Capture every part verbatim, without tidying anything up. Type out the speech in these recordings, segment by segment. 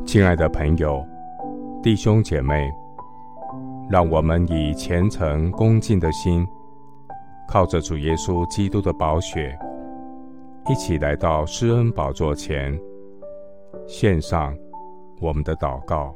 亲爱的朋友、弟兄姐妹，让我们以虔诚恭敬的心，靠着主耶稣基督的宝血，一起来到施恩宝座前，献上我们的祷告。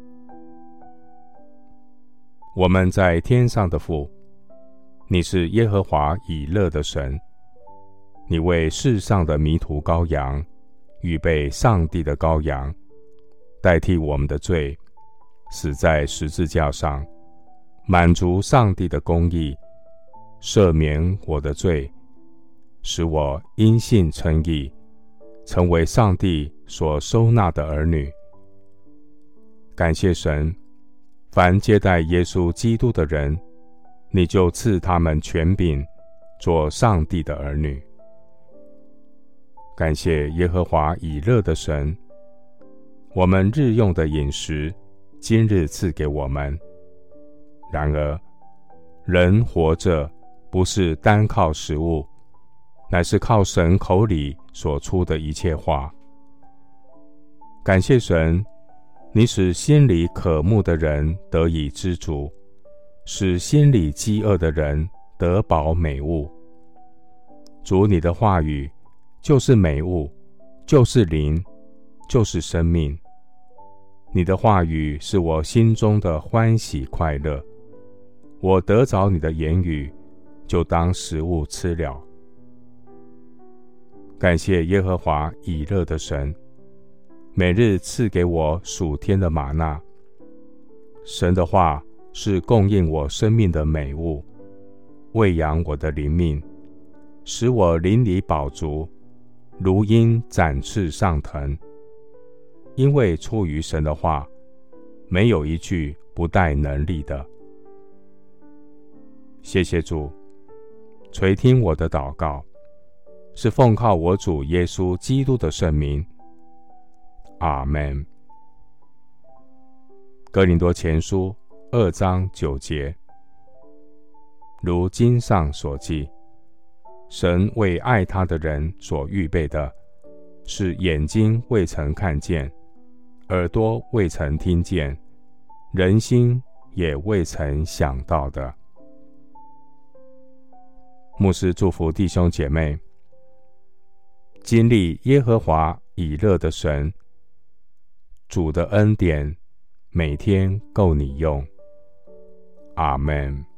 我们在天上的父，你是耶和华以勒的神，你为世上的迷途羔羊预备上帝的羔羊，代替我们的罪，死在十字架上，满足上帝的公义，赦免我的罪，使我因信称义，成为上帝所收纳的儿女。感谢神，凡接待耶稣基督的人，你就赐他们权柄，做上帝的儿女。感谢耶和华以勒的神，我们日用的饮食，今日赐给我们。然而，人活着不是单靠食物，乃是靠神口里所出的一切话。感谢神，你使心里渴慕的人得以知足，使心里饥饿的人得饱美物。主，你的话语就是美物，就是灵，就是生命。你的话语是我心中的欢喜快乐，我得着你的言语，就当食物吃了。感谢耶和华以勒的神，每日赐给我属天的玛纳。神的话是供应我生命的美物，喂养我的灵命，使我灵里饱足，如鹰展翅上腾。因为出于神的话，没有一句不带能力的。谢谢主，垂听我的祷告，是奉靠我主耶稣基督的圣名。阿们。哥林多前书二章九节，如经上所记，神为爱他的人所预备的，是眼睛未曾看见，耳朵未曾听见，人心也未曾想到的。牧师祝福弟兄姐妹，经历耶和华以勒的神，主的恩典每天够你用。阿们。